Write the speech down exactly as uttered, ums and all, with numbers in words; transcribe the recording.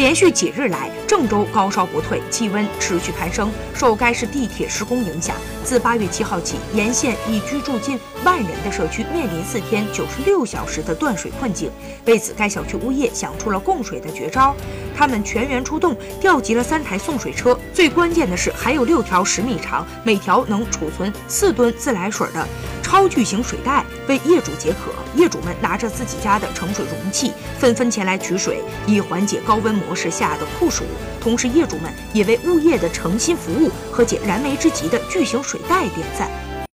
连续几日来，郑州高烧不退，气温持续攀升。受该市地铁施工影响，自八月七号起，沿线已居住近万人的社区面临四天九十六小时的断水困境。为此，该小区物业想出了供水的绝招，他们全员出动，调集了三台送水车。最关键的是，还有六条十米长、每条能储存四吨自来水的超巨型水袋，为业主解渴。业主们拿着自己家的盛水容器，纷纷前来取水，以缓解高温模式下的酷暑。同时，业主们也为物业的诚心服务和解燃眉之急的巨型水袋点赞。